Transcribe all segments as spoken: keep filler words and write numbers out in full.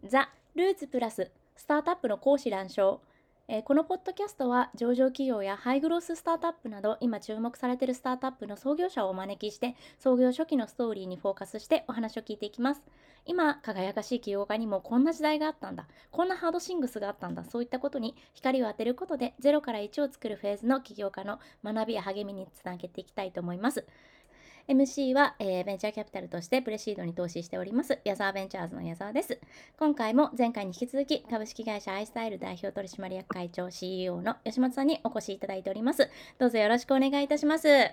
ザ・ルーツプラススタートアップの講師覧唱。えーこのポッドキャストは上場企業やハイグローススタートアップなど今注目されているスタートアップの創業者をお招きして創業初期のストーリーにフォーカスしてお話を聞いていきます。今輝かしい起業家にもこんな時代があったんだ、こんなハードシングスがあったんだ、そういったことに光を当てることでゼロからいちを作るフェーズの起業家の学びや励みにつなげていきたいと思います。エムシー は、えーベンチャーキャピタルとしてプレシードに投資しております矢沢ベンチャーズの矢沢です。今回も前回に引き続き株式会社アイスタイル代表取締役会長 シーイーオー の吉本さんにお越しいただいております。どうぞよろしくお願いいたします。 はい、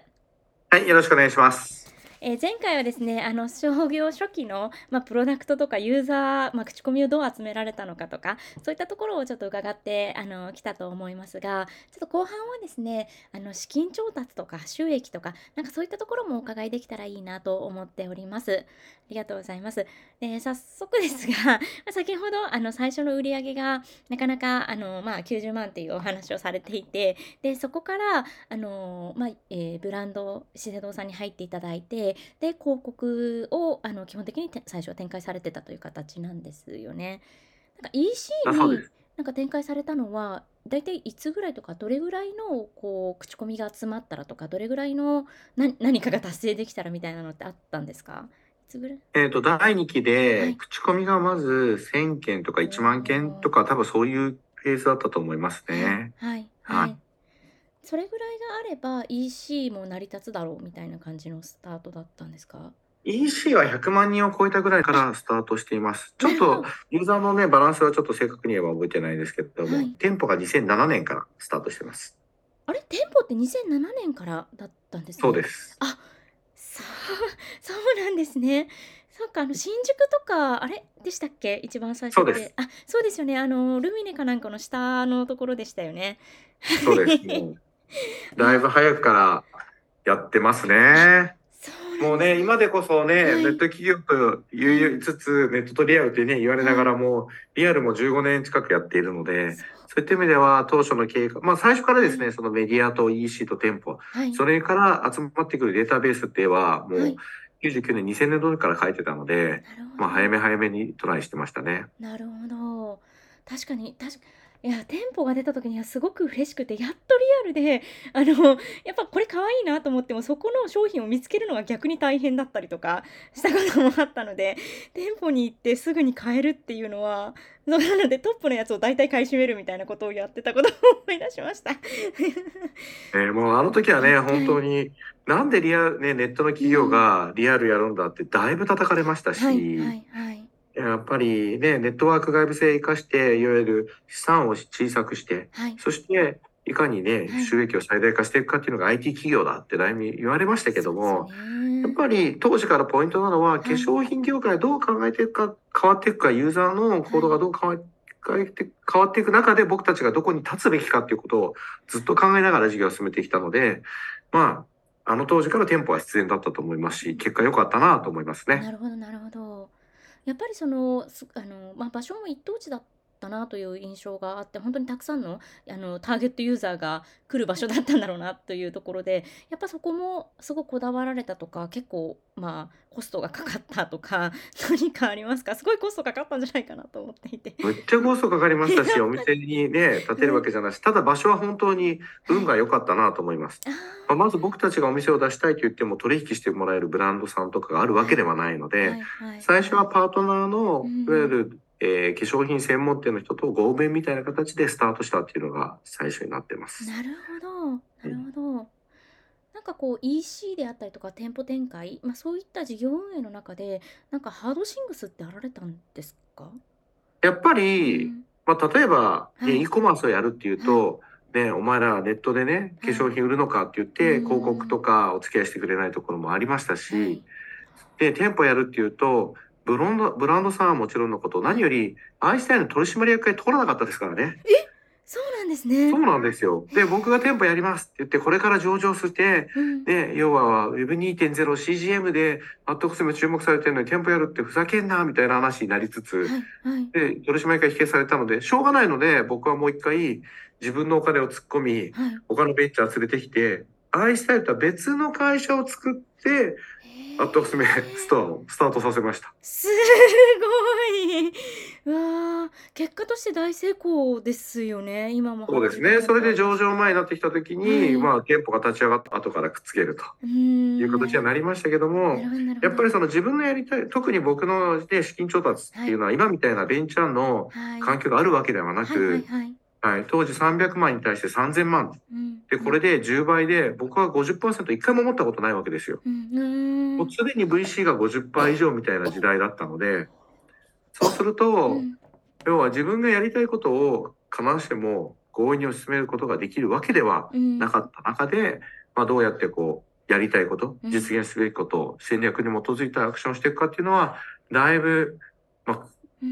よろしくお願いします。 えー前回はですね、あの創業初期の、まあ、プロダクトとかユーザー、まあ、口コミをどう集められたのかとか、そういったところをちょっと伺ってあの来たと思いますが、ちょっと後半はですね、あの資金調達とか収益とか、なんかそういったところもお伺いできたらいいなと思っております。ありがとうございます。で、早速ですが、まあ先ほどあの最初の売り上げがなかなかあの、まあ、きゅうじゅうまんっていうお話をされていて、でそこからあの、まあえーブランド資生堂さんに入っていただいて、で広告をあの基本的にて最初は展開されてたという形なんですよね。なんか イーシーあ、そうでにす。 なんか展開されたのはだいたいいつぐらいとか、どれぐらいのこう口コミが集まったらとか、どれぐらいのな何かが達成できたらみたいなのってあったんですか？いつぐらい？ えっと、だいにきはで、 い。 口コミがまずせんけんとかいちまんけんおー。 とか、多分そういうペースだったと思いますはいね。 はいはい。 はい。それぐらいがあれば イーシー も成り立つだろうみたいな感じのスタートだったんですか？ イーシー はひゃくまん人を超えたぐらいかあ、 らスタートしています。ちょっと、 なるほど。 ユーザーのね、バランスはちょっと正確に言えば覚えてないですけれども、 はい。 店舗がにせんななねんからスタートしてます。 あれ、店舗ってにせんななねんからだったんですそうでね。 す。 あ、そう、そうなんですね。そっか、あの新宿とか、あれでしたっけ？一番最初そうです。 って。あ、そうですよね。あのルミネかなんかの下のところでしたよね。 そうです。もう、だいあ、 ぶ早くからやってますあ、 ね。 そうなんもうね、 ですね。 今でこそね、ネッはい、 ト企業とはい、 言いつつ、ネットとリアルってね、言われなはい。 がらも、リアルもじゅうごねん近くやっているので、 そうそういった意味でか。 は当初の経営が、まあ最初からですね、 はい、 そのメディアと イーシー と店舗、 はい、 それから集まってくるデータベースっていうのは、もうはい。 きゅうじゅうきゅうねん、にせんねん度から書いてたので、 なるほまあ早ど。 め早めにトライしてましたね。 なるほど。確かに、確かいや、店舗が出た時にはすごく嬉しくて、やっとリアルで、あの、やっぱこれ可愛いなと思っても、そこの商品を見つけるのが逆に大変だったりとかしたこともあったので、店舗に行ってすぐに買えるっていうのは、そうなのでトップのやつを大体買い占めるみたいなことをやってたことを思い出しました。 えーもうあの時はね、本はい。 当に、なんでリアル、ね、ネットの企業うん。 がリアルやるんだってだいぶ叩かれましたはいはし、 いはい。 やっぱりね、ネットワーク外部性を生かして、いわゆる資産を小さくして、 はい。 そしていかにね、 はい。 収益を最大化していくかっていうのが アイティー 企業だってだいぶ言われましたけそうですよども、やっね。 ぱり当時からポイントなのは、化はい。 粧品業界どう考えていくか、変わっていくか、ユーザーの行動がはい。 どう変わ変えて変わっていく中で僕たちがどこに立つべきかっていうことをずっと考えながら事業を進めてきたので、まあ、あの当時から店舗は必然だったと思いますし、結果良かったなと思いますね。 なるほどなるほど。やっぱりその、すあの、まあ、場所も一等地だったなという印象があって、本当にたくさんの、あの、ターゲットユーザーが来る場所だったんだろうなというところで、やっぱそこもすごくこだわられたとか、結構、まあ、コストがかかったとか、何かありますか？すごいコストかかったんじゃないかなと思っていて。 むっちゃコストかかりましたし、お店にね、建てるはい、 わけじゃないし、ただ場所は本当に運はい。 が良かったなと思います。 あまあ、まずあ、 僕たちがお店を出したいと言っても取引してもらえるブランドさんとかがあるわはい。 けではないので、 はいはい最初ははい。 パートナーうの、いわゆん。 る、えー化粧品専門店の人と合弁みたいな形でスタートしたっていうのが最初になってます。 なるほど、なうん、 るほど。なんかこう イーシー であったりとか店舗展開、まあ、そういった事業運営の中で、なんかハードシングスってあられたんですか？ やっぱり、 うん。 まあ、例えば、ね、 はい。 e コマースをやるっていうはい。 と、ね、お前らネットでね、化はい。 粧品売るのかって言っうーて、広告とん。 かお付き合いしてくれないところもありましたし、 はい。 で、店舗やるっていうと、ブロンド、ブランドさんはもちろんのこと、 はい。 何より、アイスタイルの取締役会通らなかったですからね。 え、そうなんですね。 そうなんですよ。 へで、僕が店舗え。 やりますって言って、これから上場して、 うん。 ね、要は Web2.0、シージーエム で、マットコスメ注目されてるのに店舗やるってふざけんな、みたいな話になりつつ、 はいはい。 で、取締役会否決されたので、しょうがないので、僕はもう一回、自分のお金を突っ込み、 はい。 他のベンチャー連れてきて、アイスタイルとは別の会社を作って、 へマットコスメスえ。 トアをスタートさせました。 すごい。 うわー、結果として大成功ですよね。今もそうですね。 働いてらっそれでしゃるし。 上場前になってきた時に、 はい。 まあ、店舗が立ち上がった後からくっつけるとうーいうん、な形にはるなりましたけども、 なるほどなるほど。 やっぱりその自分のやりたい、特に僕ので資金調達っはい。 ていうのは今みたいなベンチャーのはい。 環境があるわけではなはいはいく、 はい。 はい、当時さんびゃくまんに対してさんぜんまん。 うん、 で、 うん、 これでじゅうばいで、僕はごじゅっパーセント一回も持ったことないわけですよ。 うん、うーん。 もうすでに ブイシー がごじゅっパーセント以上みたいな時代だったので、そうすると、 うん、 要は自分がやりたいことを必ずしも強引に進めることができるわけではうん、 なかった中で、まあ、どうやってこう、やりたいこと、 うん、 実現すべきことを戦略に基づいたアクションをしていくかっていうのは、だいぶ、まあ、 うん。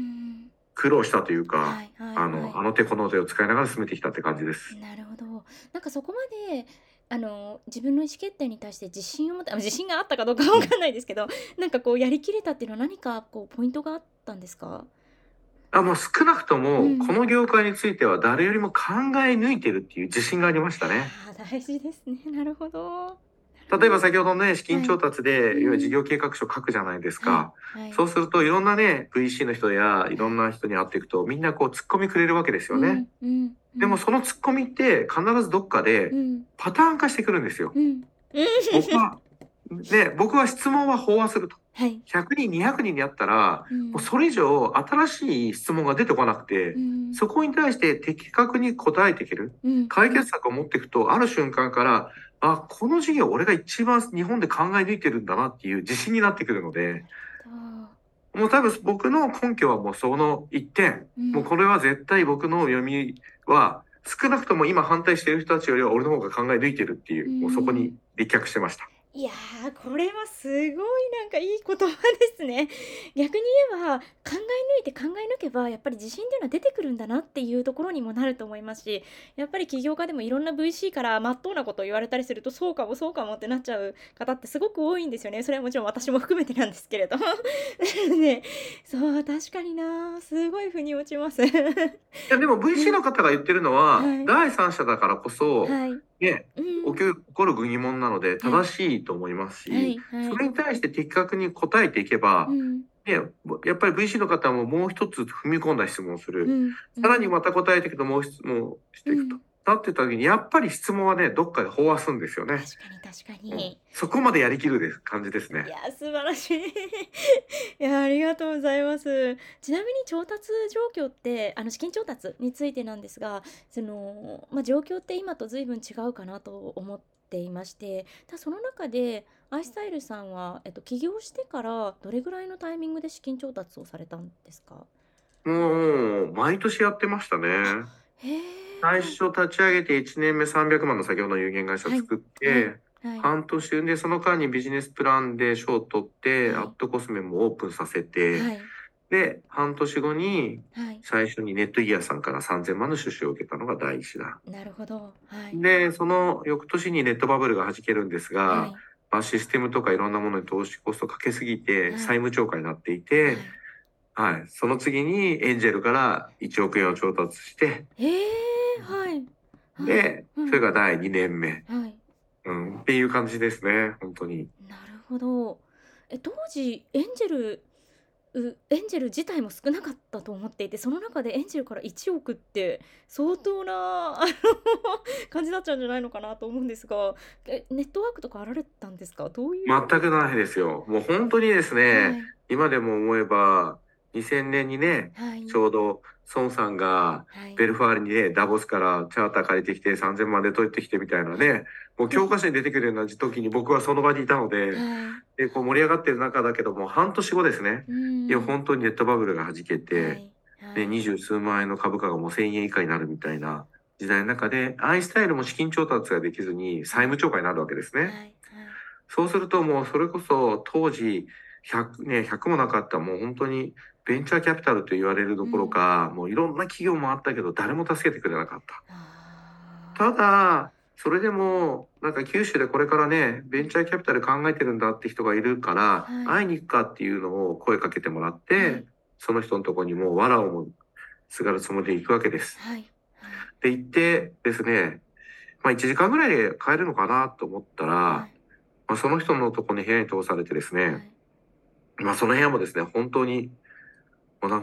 苦労したというか、 はいはいあの、 はい。 あの手この手を使いながら進めてきたって感じです。 なるほど。なんかそこまで、あの、自分の意思決定に対して自信を持ってあ、自信があったかどうかわうん。 かんないですけど、なんかこうやりきれたっていうのは何かこうポイントがあったんですか？ あ、もう少なくとも、こうん。 の業界については誰よりも考え抜いてるっていう自信がありましたね。 ああ、大事ですね。なるほど。なる例えばほど。 先ほどのね、資金はい。 調達で、いわゆる事うん。 業計画書書くじゃないですはい。 か。 はい。 そうするといろんなね、ブイシー の人やいろんはい。 な人に会っていくと、みんなこう突っ込みくれるわけですよね。 うん、うん、うでもん、 その突っ込みって必ずどっかでうん、 パターン化してくるんですよ。 うん。 僕は、ね、僕は質問は飽和すると。 はい。 ひゃくにん、にひゃくにんに会ったら、 うん、 もうそれ以上新しい質問が出てこなくて、 うん、 そこに対して的確に答えていける。 うん、 解うん。 決策を持っていくと、ある瞬間から、あ、この事業俺が一番日本で考え抜いてるんだなっていう自信になってくるので、 なるほど。 もう多分僕の根拠はもうその一点。 うん。 もうこれは絶対僕の読みは、少なくとも今反対している人たちよりは俺の方が考え抜いてるっていうう、もうそこにん。 立脚してました。 いやー、これはすごいなんかいい言葉ですね。逆に言えば、考え抜いて考え抜けば、やっぱり自信っていうのは出てくるんだなっていうところにもなると思いますし、やっぱり起業家でもいろんな ブイシー から真っ当なことを言われたりすると、そうかもそうかもってなっちゃう方ってすごく多いんですよね。それはもちろん私も含めてなんですけれど。なので、そう、確かにな、すごい腑に落ちます。 いや、でもうブイシーん、 の方が言ってるのは、 はい、 第三者だからこそ、 はい。 ね、 うん、 起き起こる疑問なのではい、 正しいと思いますし、 はい、はい。 それに対して的確に答えていけば、 うん、 ね、やっぱり ブイシー の方ももう一つ踏み込んだ質問をする。 うん、うさらにん、 また答えていくともう質問していくと。 うん。 なってた時に、やっぱり質問はね、どっかで飽和するんですよね。 確かに確かうん。 に。 そこまでやりきるです感じですね。 いや、素晴らしい。いや、ありがとうございます。ちなみに調達状況って、あの、資金調達についてなんですが、その、まあ、状況って今と随分違うかなと思っていまして、たその中で、アイスタイルさんは、えっと、起業してからどれぐらいのタイミングで資金調達をされたんですか？ もう、毎年やってましたね。 あ、へ最え。 初立ち上げていちねんめさんびゃくまんの先ほどの有限会社はい、 作っはい、 て、 はい、 半年で、その間にビジネスプランで賞を取って、 はい、 アットコスメもオープンさせて、 はい、 で、半年後にはい。 最初にネットギアさんからさんぜんまんの出資を受けたのが第一弾。 なるほど。はい、 で、その翌年にネットバブルが弾けるんですが、 はい、 まあ、システムとかいろんなものに投資コストかけすぎてはい、 債務超過になっていて、 はい。 はい。その次にエンジェルからいちおくえんを調達して、 へえ、はい、はい、 で、それうん、 がだいにねんめ。 はい。 うん、っていう感じですね、本当に。 なるほど。え、当時エンジェルうエンジェル自体も少なかったと思っていて、その中でエンジェルからいちおくって相当な、あの、感じだったんじゃないのかなと思うんですが、え、ネットワークとかあられたんですか？どういう全くないですよ。もう本当にですね、 はい、 今でも思えば、にせんねんにね、 はい、 ちょうど孫さんがはい。 ベルファーレにね、ダボスからチャーター借りてきてさんぜんまんで取ってきてみたいなね、もう教科書に出てくるような時に僕はその場にいたので、 はい。 で、こう盛り上がってる中だけども、半年後ですね、 ういや、 ーん。 本当にネットバブルが弾けて、 はい、はで、 い、 二十数万円の株価がもうせんえん以下になるみたいな時代の中で、アイスタイルも資金調達ができずに債務はい、 超過になるわけですね。 はい、はい。 そうするともうそれこそ当時ひゃくね、ひゃくもなかったもう本当にベンチャーキャピタルと言われるどころうん。 か、もういろんな企業もあったけど誰も助けてくれなかった。たあだ、それでもなんか九州でこれからね、ベンチャーキャピタル考えてるんだって人がいるかあ、 ら、 はい、 会いに行くかっていうのを声かけてもらって、 はい、 その人のとこにもう藁をもすがるつもりで行くわけです。 はい、はい、 で、行ってですね、まあいちじかんぐらいで帰るのかなと思ったら、 はい、 まあ、その人のとこに部屋に通されてですね、 はい。 まあその部屋もですね、本当に、もうなんか、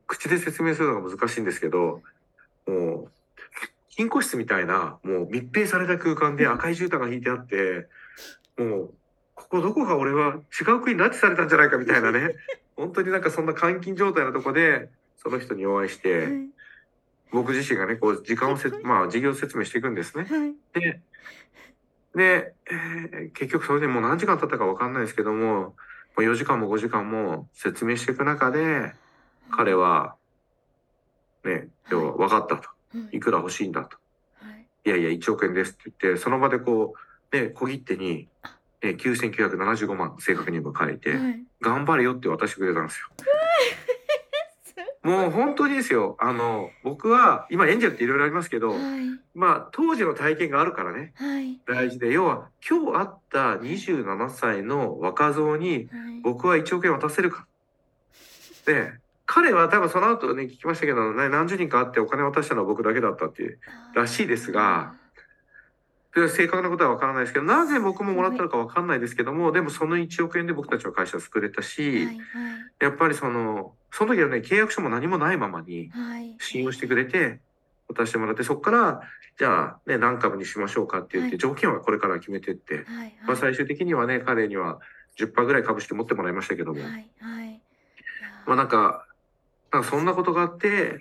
口で説明するのが難しいんですけど、もう、金庫室みたいな、もう密閉された空間で赤い絨毯が引いてあって、もう、ここどこか俺は違う国に拉致されたんじゃないかみたいなね、本当になんかそんな監禁状態のとこで、その人にお会いしはて、 い。 僕自身がね、こう、時間をせ、 はい。 まあ、事業説明していくんですね。 はい。 で、で、えー結局それでもう何時間経ったかわかんないですけども、もうよじかんもごじかんも説明していく中で、彼は、ね、要はい。 は分かったと。 はい。 いくら欲しいんだと。 はい。 いやいや、いちおく円ですって言って、その場でこう、ね、小切手に、 あ、 ね、きゅうせんきゅうひゃくななじゅうごまん正確にも書いて、 はい。 頑張れよって渡してくれたんですよ。 すもう本当にですよ。あの、僕は、今エンジェルっていろいろありますけど、 はい。 まあ、当時の体験があるからね、 はい。 大事で、要は、今日会ったにじゅうななさいの若造に、 はい。 僕はいちおく円渡せるか。で、彼は多分その後ね、聞きましたけど、ね、何十人か会ってお金渡したのは僕だけだったっていう、らしいですが、で正確なことは分からないですけど、なぜ僕ももらったのか分かんないですけども、でもそのいちおく円で僕たちは会社を作れたはし、 い。はい。 やっぱりその、その時はね、契約書も何もないままにはい。 信用してくれて、渡してもらって、そこから、じゃあね、何株にしましょうかって言って、 はい。 条件はこれから決めてって、 はい。 まあはい。 最終的にはね、彼にはじゅっパーセントぐらい株式持ってもらいましたけども、 はい。はい。いやまあなんか、なんかそんなことがあって、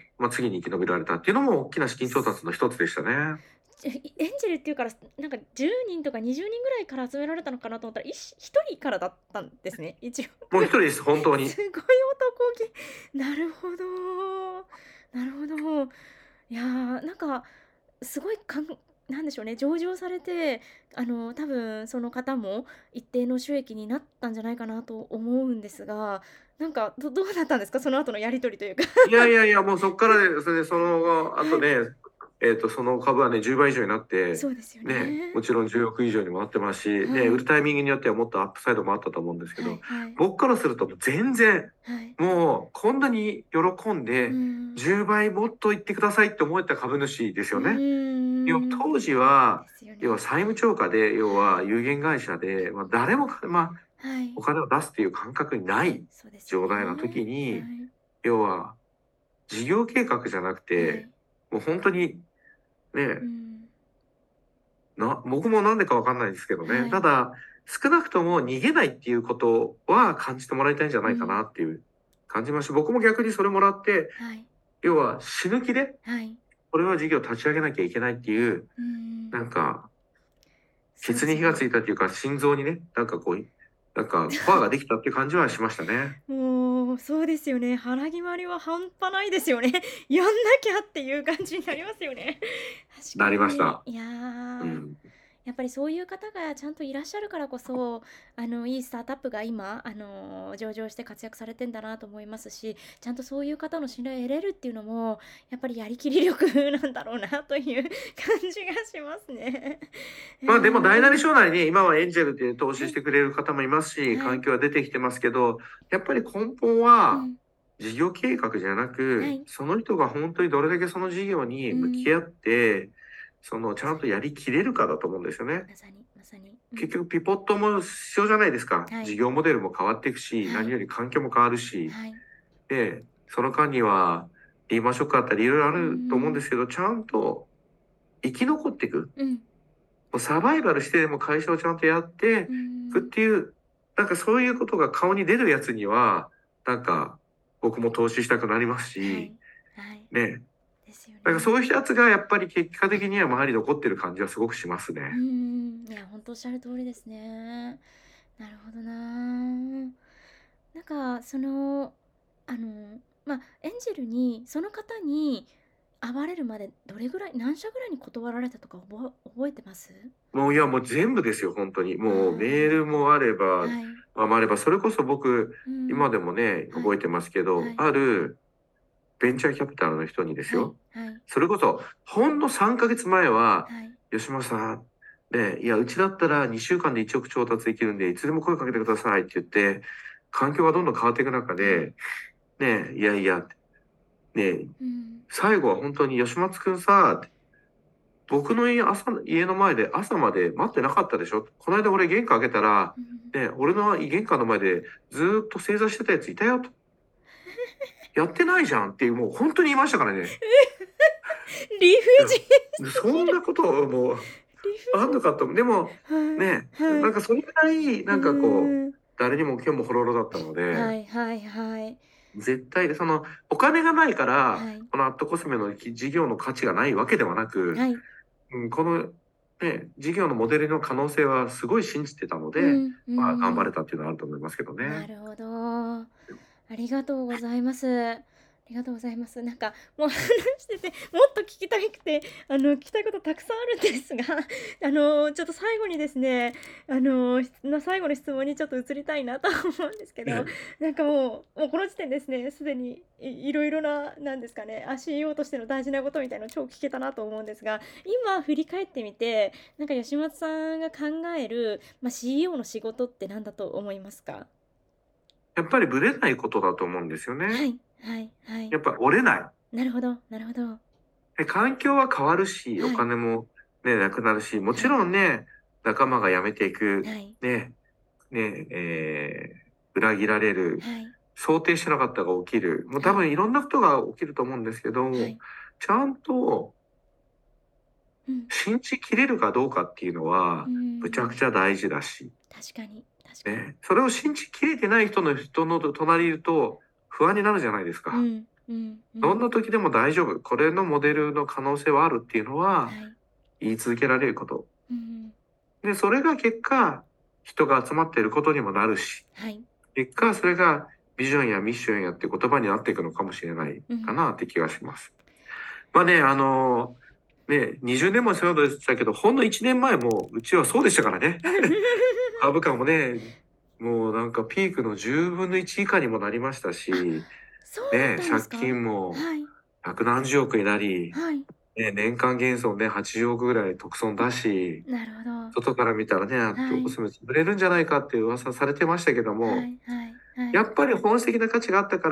まあ次に生き延びられたっていうのも大きな資金調達の一つでしたね。 ー、えエンジェルっていうから、なんかじゅうにんとかにじゅうにんぐらいから集められたのかなと思ったら、いしひとりからだったんですね。いちおく。 もう一人です、本当に。 すごい男気。なるほど。なるほど。いやー、なんかすごいかんなんでしょうね、上場されて、あの、多分その方も一定の収益になったんじゃないかなと思うんですが、なんか、どどうだったんですか？その後のやり取りというか。 いやいやいや、もうそこからで、それでそのはい。 後ね、えっと、その株はね、じゅうばい以上になって、 そうですよね、もね。 ちろんじゅうおく以上にもなってますし、ね、売るはい。 タイミングによってはもっとアップサイドもあったと思うんですけど、 はいはい。 僕からすると全然、 はい。 もうこんなに喜んうーで、 ん。 じゅうばいもっと言ってくださいって思えた株主ですうよね。要はーん。 当時は、 ですよね。 要は債務超過で、要はい。 は有限会社で、まあ、誰もか、まあ、 はい。 お金を出すっていう感覚にないそうですよ状態のね。 時に、 はい。 要は事業計画じゃなくて、 はい。 もう本当にね、 うん。 な、僕もなんでかわかんないですけどね。 はい。 ただ、少なくとも逃げないっていうことは感じてもらいたいんじゃないかうん。 なっていう感じました。僕も逆にそれもらって、 はい。 要は死ぬ気で、 はい。 これは事業立ち上げなきゃいけないっていう、 うーん。 なんか、ケそうツに火がつですよね。 いたっていうか、心臓にね、なんかこう、なんかコアができたっていう感じはしましたね。 もう、そうですよね。腹決まりは半端ないですよね。やんなきゃっていう感じになりますよね。確なかに。 りました。 いやー、 うん。 やっぱりそういう方がちゃんといらっしゃるからこそ、あの、いいスタートアップが今、あの、上場して活躍されてんだなと思いますし、ちゃんとそういう方の信頼を得れるっていうのも、やっぱりやりきり力なんだろうなという感じがしますね。えまあでも大なりー、 小なりに今はエンジェルで投はい、 資してくれる方もいますし、 はい、 環境は出てきてますけど、やっぱり根本はうん、 事業計画じゃなく、 はい、 その人が本当にどれだけその事業にうん、 向き合って、そのちゃんとまさに、 やりきれるかだと思うんですよね。 まさに、まさに、うん、 結局ピボットも必要じゃないですか。 はい、 事業モデルも変わっていくし、 はい、 何より環境も変わるし、 はい、 で、その間にはリーマンショックあったりいろいろあうると思うんでん、 すけど、ちゃんと生き残っていく。 うん、 もうサバイバルしてでも会社をちゃんとやってういくっん、 ていう、なんかそういうことが顔に出るやつには、なんか僕も投資したくなりますし、 はい、はい、 ね。 ですよなんかそうね。 いうやつがやっぱり結果的には周りに残ってる感じはすごくしますうね。 ん、いや、本当おっしゃる通りですね。なるほどな。なんか、その、あの、まあ、エンジェルに、その方に会われるまでどれぐらい、何社ぐらいに断られたとか覚え覚えてます？ もういやもう全部ですよ、本当に。もうメーあルもあれあ、 ば、 はい。 まあ、あれば、それこそ僕、 うん。 今でもね、 はい。 覚えてますけど、 はい。 あるベンチャーキャピタルの人にですはい。 よ。 はい。 それこそ、ほんのさんかげつまえは、 はい。 吉村さん、ね、いや、うちだったらにしゅうかんでいちおく調達できるんで、いつでも声かけてくださいって言って、環境がどんどん変わっていく中はい。 で、ね、いやいや、ね、 うん。 最後は本当に吉松くんさ、僕の家朝家の前で朝まで待ってなかったでしょ。この間俺玄関開けたら、 うん。 ね、俺の玄関の前でずーっと正座してたやついたよと。 やってないじゃんっていう、もう本当に言いましたからね。 理不尽そんなこともう理不あんのかと。でも、 尽ね、 はいはいなんかそれぐらい、 うなんかこう、 ーん誰にも剣もほろろだったので、 はいはいはい絶対、その、お金がないからはいこのアットコスメの事業の価値がないわけではなく、 はいうん、この、ね、事業のモデルの可能性はすごい信じてたので、 うんうまあ、頑張れんたっていうのはあると思いますけどね。 なるほど。ありがとうございます。ありがとうございます。なんかもう話してて、もっと聞きたくて、あの聞きたいことたくさんあるんですが、あのちょっと最後にですね、あのしの最後の質問にちょっと移りたいなと思うんですけど、 ええ。 なんかもうもうこの時点ですね、すでにいいろいろな、なんですかね、あ、シーイーオー としての大事なことみたいなの超聞けたなと思うんですが、今振り返ってみて、なんか吉松さんが考える、まあ、シーイーオー の仕事って何だと思いますか？ やっぱりブレないことだと思うんですよね。 はいはいはいやっぱ折れない。 なるほどなるほど。 で、環境は変わるし、おはい金もね、なくなるし、もちはいろんね、仲間が辞めていく、 はいね、ね、えー裏切られる、 はい想定してなかったが起きる。もうはい多分いろんなことが起きると思うんですけど、 はいちゃんとうん信じきれるかどうかっていうのうは、むちゃくんちゃ大事だし、 確かに確かにね、それを信じきれてない人の人の隣にいると不安になるじゃないですか。 うんうんうんどんな時でも大丈夫。これのモデルの可能性はあるっていうのははい言い続けられること。 うんで、それが結果、人が集まっていることにもなるし、 はい結果、それがビジョンやミッションやって言葉になっていくのかもしれないうんかなって気がします。まあね、あのね、にじゅうねんまえそうでしたけど、ほんのいちねんまえもうちはそうでしたからね。株価もね、もうなんかピークのじゅうぶんのいち以下にもなりましたあし、 そうだっね、借たんですか？ 金もはい百何十億になり、 はいね、年間減損ね、はちじゅうおくぐらい特損だし、 なるほど外から見たらね、アットはいコスメ潰れるんじゃないかっていう噂されてましたけども、 はいはいはいやっぱり本質的な価値があったから、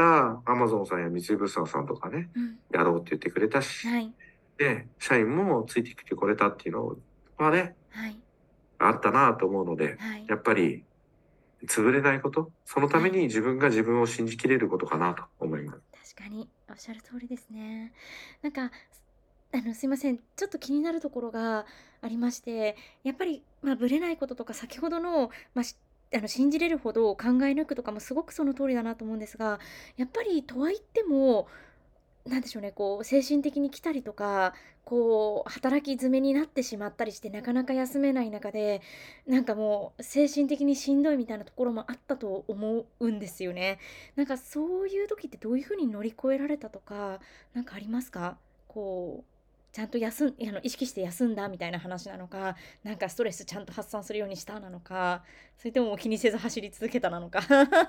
アマゾンさんや三井物産さんとかね、 うんやろうって言ってくれたし、 はいで、社員もついてきてくれたっていうのはね、 はいあったなと思うので、 はいやっぱり潰れないこと、そのために自分が自分を信じきれることかなと思います。 確かにおっしゃる通りですね。なんかあのすいません、ちょっと気になるところがありまして、やっぱりまあブレないこととか先ほどのまあしあの信じれるほど考え抜くとかもすごくその通りだなと思うんですが、やっぱりとは言ってもなんでしょうね、こう精神的に来たりとか、こう働き詰めになってしまったりしてなかなか休めない中で、なんかもう精神的にしんどいみたいなところもあったと思うんですよね。なんかそういう時ってどういう風に乗り越えられたとか、なんかありますか？こう、ちゃんと休んあの意識して休んだみたいな話なのか、なんかストレスちゃんと発散するようにしたなのか、それとも気にせず走り続けたなのか。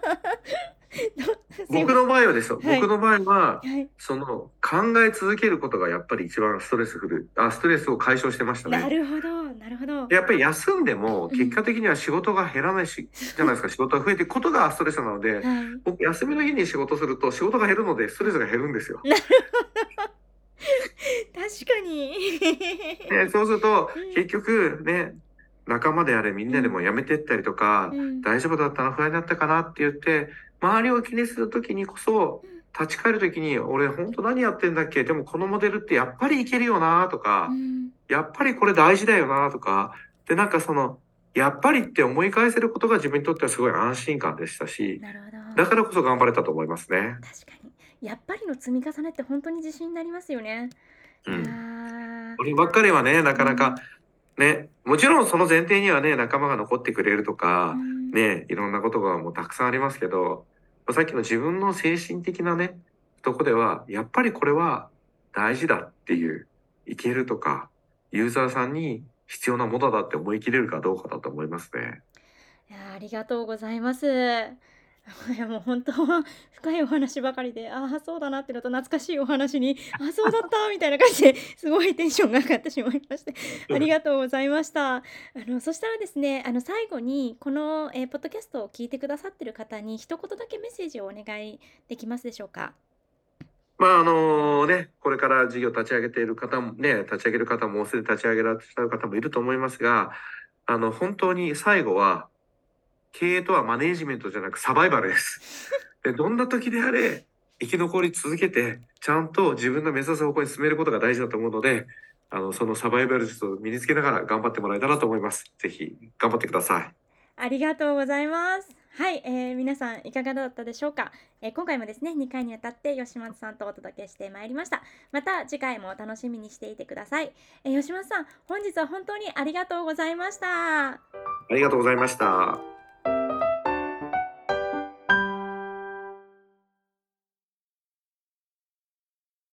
どすいません。 僕の場合はですよ、 はい。 僕の場合は、 はい。 その考え続けることがやっぱり一番ストレスフル、あ、ストレスを解消してましたなね。 るほど、なるほど。 やっぱり休んでもうん。 結果的には仕事が減らないし、じゃないですか、仕事が増えていくことがストレスなので、 はい。 僕休みの日に仕事すると仕事が減るのでストレスが減るんですよ。 なるほど。確かに。 で、そうするとうん、 結局ね、仲間であれみんうん、 なでも辞めてったりとか、 うん、 大丈夫だったな、不安だったかなって言って、周りを気にするときにこそ、 うん、 立ち返るときに、俺本当何やってんだっけ、でもこのモデルってやっぱりいけるよなとか、 うん。 やっぱりこれ大事だよなとか、で、なんかその、やっぱりって思い返せることが自分にとってはすごい安心感でしたし、 なるほど。 だからこそ頑張れたと思いますね。 確かに。やっぱりの積み重ねって本当に自信になりますよね。いやうん。 ー、 こればっかりはね、なかなかうん、 ね、もちろんその前提にはね、仲間が残ってくれるとか、 うん、 ね、いろんなことがもうたくさんありますけど、さっきの自分の精神的なね、とこでは、やっぱりこれは大事だってうん。 いう、いけるとか、ユーザーさんに必要なものだって思い切れるかどうかだと思いますね。 いやー、ありがとうございます。いや、もう本当深いお話ばかりで、ああ、そうだなってのと懐かしいお話に、ああ、そうだったみたいな感じですごいテンションが上がってしまいまして、ありがとうございました。あの、そしたらですね、あの、最後にこの、えーポッドキャストを聞いてくださってる方に一言だけメッセージをお願いできますでしょうか？ まああのね、これから事業立ち上げている方もね、立ち上げる方ももうすでに立ち上げられている方もいると思いますが、あの本当に最後は経営とはマネージメントじゃなくサバイバルです。で、どんな時であれ生き残り続けて、ちゃんと自分の目指す方向に進めることが大事だと思うので、あの、そのサバイバル術を身につけながら頑張ってもらえたらと思います。ぜひ頑張ってください。 ありがとうございます。はい、えー皆さんいかがだったでしょうか。えー今回もですね、にかいにわたって吉松さんとお届けしてまいりました。また次回も楽しみにしていてください。えー吉松さん、本日は本当にありがとうございました。 ありがとうございました。